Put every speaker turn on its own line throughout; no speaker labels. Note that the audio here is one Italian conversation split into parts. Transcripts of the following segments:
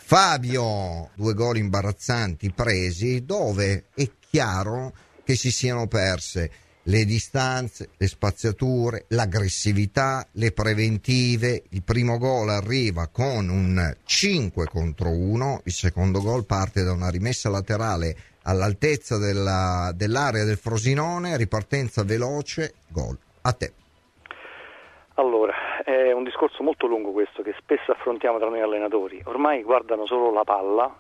Fabio, 2 gol imbarazzanti presi dove è chiaro che si siano perse le distanze, le spaziature, l'aggressività, le preventive. Il primo gol arriva con un 5 contro 1, il secondo gol parte da una rimessa laterale all'altezza dell'area del Frosinone, ripartenza veloce, gol. A te.
Allora, è un discorso molto lungo questo che spesso affrontiamo tra noi allenatori. Ormai guardano solo la palla.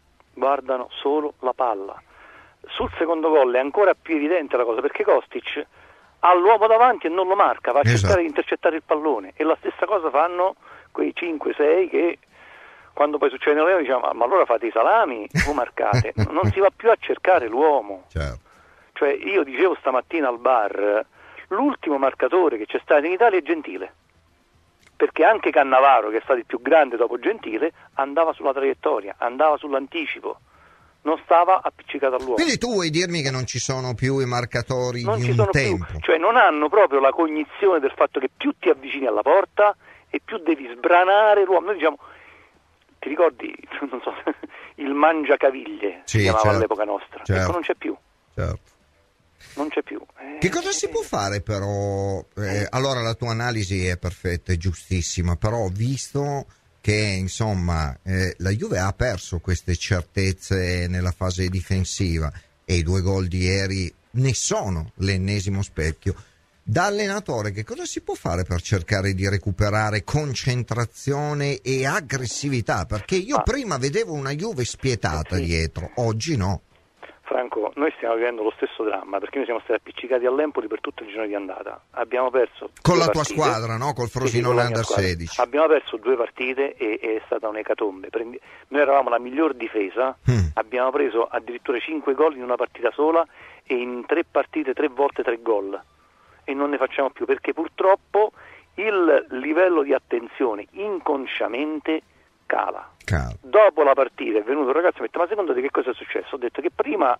Sul secondo gol è ancora più evidente la cosa, perché Kostic ha l'uomo davanti e non lo marca, va a cercare di intercettare il pallone, e la stessa cosa fanno quei 5-6 che quando poi succede nell'Allenamento diciamo ma allora fate i salami o marcate. Non si va più a cercare l'uomo.
Certo.
Cioè io dicevo stamattina al bar, l'ultimo marcatore che c'è stato in Italia è Gentile, perché anche Cannavaro, che è stato il più grande dopo Gentile, andava sulla traiettoria, andava sull'anticipo, non stava appiccicato all'uomo.
Quindi tu vuoi dirmi che non ci sono più i marcatori
non
di
ci
un
sono
tempo?
Più, cioè non hanno proprio la cognizione del fatto che più ti avvicini alla porta e più devi sbranare l'uomo. Noi diciamo, ti ricordi, non so, il mangiacaviglie, si chiamava
certo,
all'epoca nostra,
certo,
ecco, non c'è più.
Certo.
Non c'è più.
Che cosa si può fare però? Allora la tua analisi è perfetta, è giustissima, però ho visto che insomma la Juve ha perso queste certezze nella fase difensiva e i 2 gol di ieri ne sono l'ennesimo specchio. Da allenatore che cosa si può fare per cercare di recuperare concentrazione e aggressività? Perché io prima vedevo una Juve spietata dietro, oggi no.
Franco, noi stiamo vivendo lo stesso dramma, perché noi siamo stati appiccicati all'Empoli per tutto il girone di andata. Abbiamo perso
con la
partite.
Tua squadra, no? Col Frosinone Under 16.
Abbiamo perso 2 partite e è stata un'ecatombe. Noi eravamo la miglior difesa, abbiamo preso addirittura 5 gol in una partita sola e in 3 partite 3 volte 3 gol. E non ne facciamo più, perché purtroppo il livello di attenzione inconsciamente cala. Dopo la partita è venuto un ragazzo e mi ha detto: ma secondo te che cosa è successo? Ho detto che prima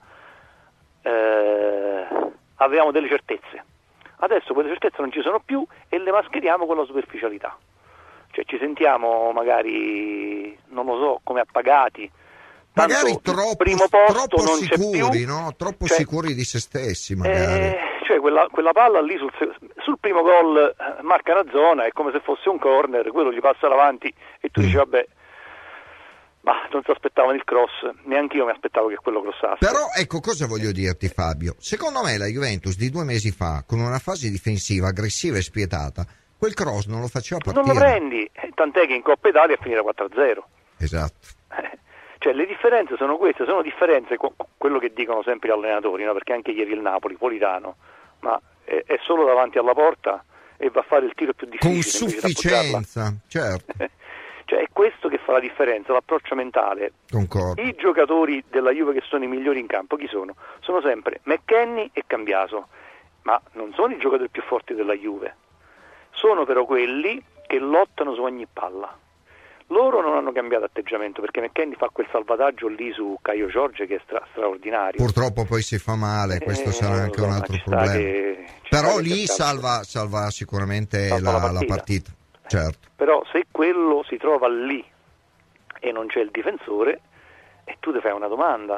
avevamo delle certezze, adesso quelle certezze non ci sono più e le mascheriamo con la superficialità, cioè ci sentiamo magari, non lo so, come appagati,
magari troppo,
primo posto
troppo
non
sicuri,
c'è più,
no? Troppo sicuri di se stessi magari.
Cioè quella palla lì sul primo gol marca una zona, è come se fosse un corner, quello gli passa davanti e tu dici vabbè, ma non si aspettavano il cross, neanche io mi aspettavo che quello crossasse.
Però ecco cosa voglio dirti, Fabio, secondo me la Juventus di 2 mesi fa, con una fase difensiva aggressiva e spietata, quel cross non lo faceva partire.
Non lo prendi, tant'è che in Coppa Italia è finita 4-0.
Esatto.
Cioè le differenze sono queste, sono differenze, quello che dicono sempre gli allenatori, no? Perché anche ieri il Napoli, Politano, ma è solo davanti alla porta e va a fare il tiro più difficile.
Con sufficienza, certo.
Cioè è questo che fa la differenza, l'approccio mentale.
Concordo.
I giocatori della Juve che sono i migliori in campo, chi sono? Sono sempre McKennie e Cambiaso, ma non sono i giocatori più forti della Juve, sono però quelli che lottano su ogni palla. Loro non hanno cambiato atteggiamento, perché McKennie fa quel salvataggio lì su Caio Giorge che è straordinario.
Purtroppo poi si fa male, questo sarà anche un altro problema. Però lì salva sicuramente la partita. Certo.
Però se quello si trova lì e non c'è il difensore, e tu ti fai una domanda.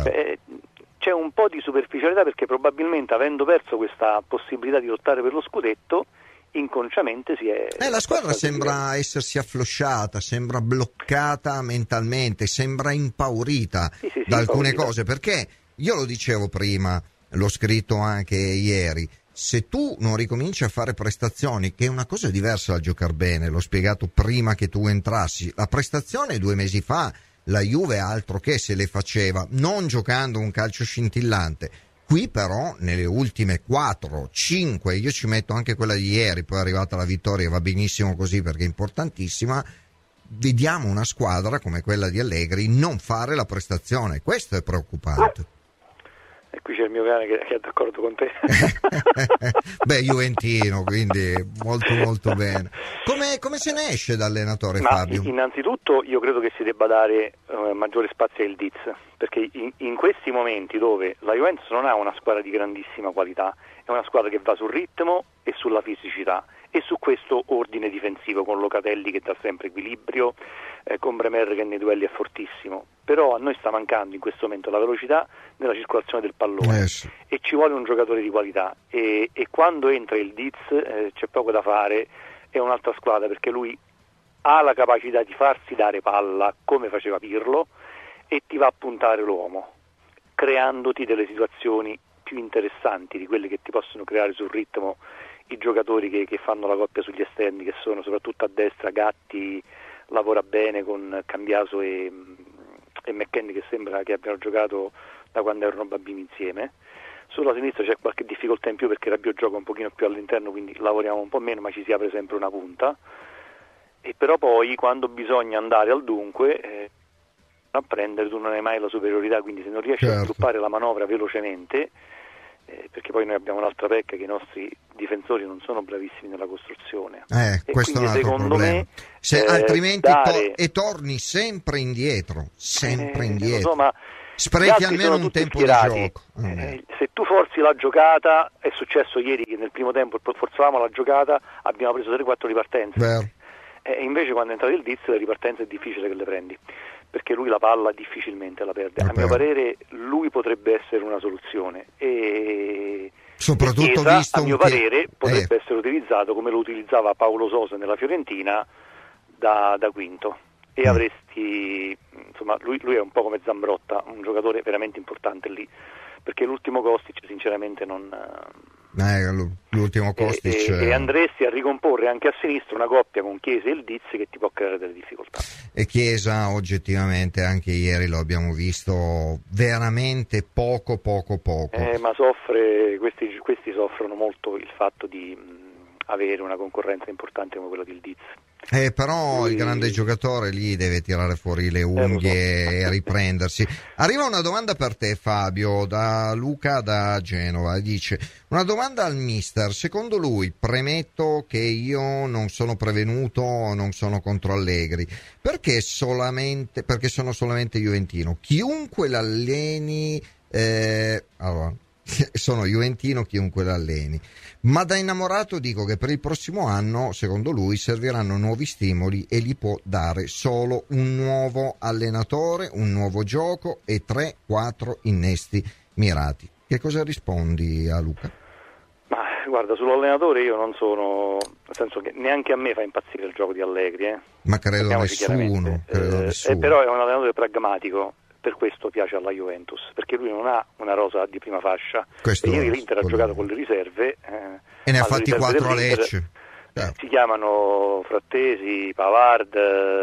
C'è un po' di superficialità, perché probabilmente avendo perso questa possibilità di lottare per lo scudetto, inconsciamente si è...
la squadra sembra essersi afflosciata, sembra bloccata mentalmente, sembra impaurita da alcune cose, perché io lo dicevo prima, l'ho scritto anche ieri, se tu non ricominci a fare prestazioni, che è una cosa diversa da giocare bene, l'ho spiegato prima che tu entrassi, la prestazione 2 mesi fa la Juve altro che se le faceva, non giocando un calcio scintillante. Qui però nelle ultime 4-5, io ci metto anche quella di ieri, poi è arrivata la vittoria, va benissimo così perché è importantissima, vediamo una squadra come quella di Allegri non fare la prestazione, questo è preoccupante.
E qui c'è il mio cane che è d'accordo con te.
Beh, juventino, quindi molto molto bene. Come se ne esce da allenatore, Fabio?
Innanzitutto io credo che si debba dare maggiore spazio al Diz, perché in questi momenti dove la Juventus non ha una squadra di grandissima qualità, è una squadra che va sul ritmo e sulla fisicità, e su questo ordine difensivo, con Locatelli che dà sempre equilibrio, con Bremer che nei duelli è fortissimo. Però a noi sta mancando in questo momento la velocità nella circolazione del pallone, e ci vuole un giocatore di qualità, e quando entra il Diz c'è poco da fare, è un'altra squadra, perché lui ha la capacità di farsi dare palla come faceva Pirlo e ti va a puntare l'uomo, creandoti delle situazioni più interessanti di quelle che ti possono creare sul ritmo i giocatori che fanno la coppia sugli esterni, che sono soprattutto a destra Gatti, lavora bene con Cambiaso e McKennie, che sembra che abbiano giocato da quando erano bambini insieme. Sulla sinistra c'è qualche difficoltà in più perché Rabiot gioca un pochino più all'interno, quindi lavoriamo un po' meno, ma ci si apre sempre una punta. E però poi quando bisogna andare al dunque a prendere, tu non hai mai la superiorità, quindi se non riesci a sviluppare la manovra velocemente, perché poi noi abbiamo un'altra pecca, che i nostri difensori non sono bravissimi nella costruzione, e
questo è un altro
secondo
problema.
me
Altrimenti
dare...
torni sempre indietro,
so, ma
sprechi almeno un tempo di gioco.
Se tu forzi la giocata, è successo ieri che nel primo tempo forzavamo la giocata, abbiamo preso 3-4 ripartenze. Invece quando è entrato il Diz le ripartenze è difficile che le prendi, perché lui la palla difficilmente la perde. A mio parere lui potrebbe essere una soluzione, e
soprattutto
Chiesa,
visto
a mio parere potrebbe essere utilizzato come lo utilizzava Paolo Sosa nella Fiorentina da quinto, e avresti, insomma, lui è un po' come Zambrotta, un giocatore veramente importante lì, perché l'ultimo Kostic sinceramente non...
l'ultimo Kostic
e andresti a ricomporre anche a sinistra una coppia con Chiesa e il Diz che ti può creare delle difficoltà.
E Chiesa oggettivamente anche ieri lo abbiamo visto veramente poco.
Ma soffre, questi soffrono molto il fatto di avere una concorrenza importante come quella del Diz.
Però il grande giocatore lì deve tirare fuori le unghie e riprendersi. Arriva una domanda per te, Fabio, da Luca da Genova. Dice: una domanda al mister. Secondo lui, premetto che io non sono prevenuto, non sono contro Allegri, perché sono solamente juventino. Chiunque l'alleni, sono juventino chiunque l'alleni, ma da innamorato dico che per il prossimo anno, secondo lui, serviranno nuovi stimoli e li può dare solo un nuovo allenatore, un nuovo gioco e 3-4 innesti mirati. Che cosa rispondi a Luca?
Ma guarda, sull'allenatore io non sono, nel senso che neanche a me fa impazzire il gioco di Allegri,
ma credo nessuno.
Però è un allenatore pragmatico. Per questo piace alla Juventus, perché lui non ha una rosa di prima fascia. Ieri l'Inter ha giocato con le riserve
e ne ha fatti 4 a Lecce.
Si chiamano Frattesi, Pavard,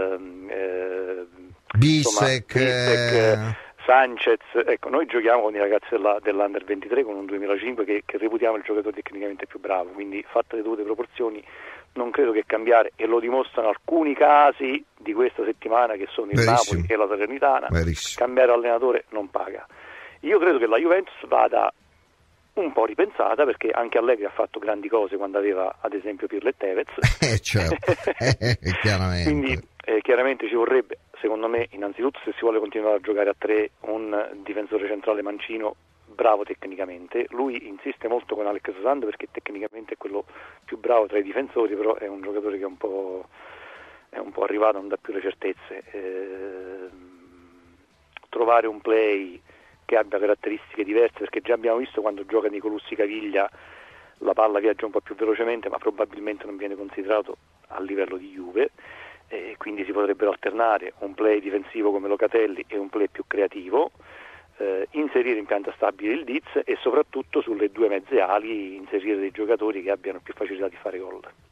Bissek,
Sanchez. Ecco, noi giochiamo con i ragazzi dell'Under 23 con un 2005 che reputiamo il giocatore tecnicamente più bravo, quindi fatte le dovute proporzioni non credo che cambiare, e lo dimostrano alcuni casi di questa settimana che sono il Napoli e la Salernitana. Cambiare allenatore non paga. Io credo che la Juventus vada un po' ripensata, perché anche Allegri ha fatto grandi cose quando aveva ad esempio Pirlo e Tevez.
Certo. Chiaramente.
Quindi chiaramente ci vorrebbe, secondo me, innanzitutto, se si vuole continuare a giocare a 3, un difensore centrale mancino bravo tecnicamente. Lui insiste molto con Alex Sand perché tecnicamente è quello più bravo tra i difensori, però è un giocatore che è un po' arrivato, non dà più le certezze. Trovare un play che abbia caratteristiche diverse, perché già abbiamo visto quando gioca Nicolussi Caviglia la palla viaggia un po' più velocemente, ma probabilmente non viene considerato a livello di Juve, e quindi si potrebbero alternare un play difensivo come Locatelli e un play più creativo, inserire in pianta stabile il Diz, e soprattutto sulle due mezze ali inserire dei giocatori che abbiano più facilità di fare gol.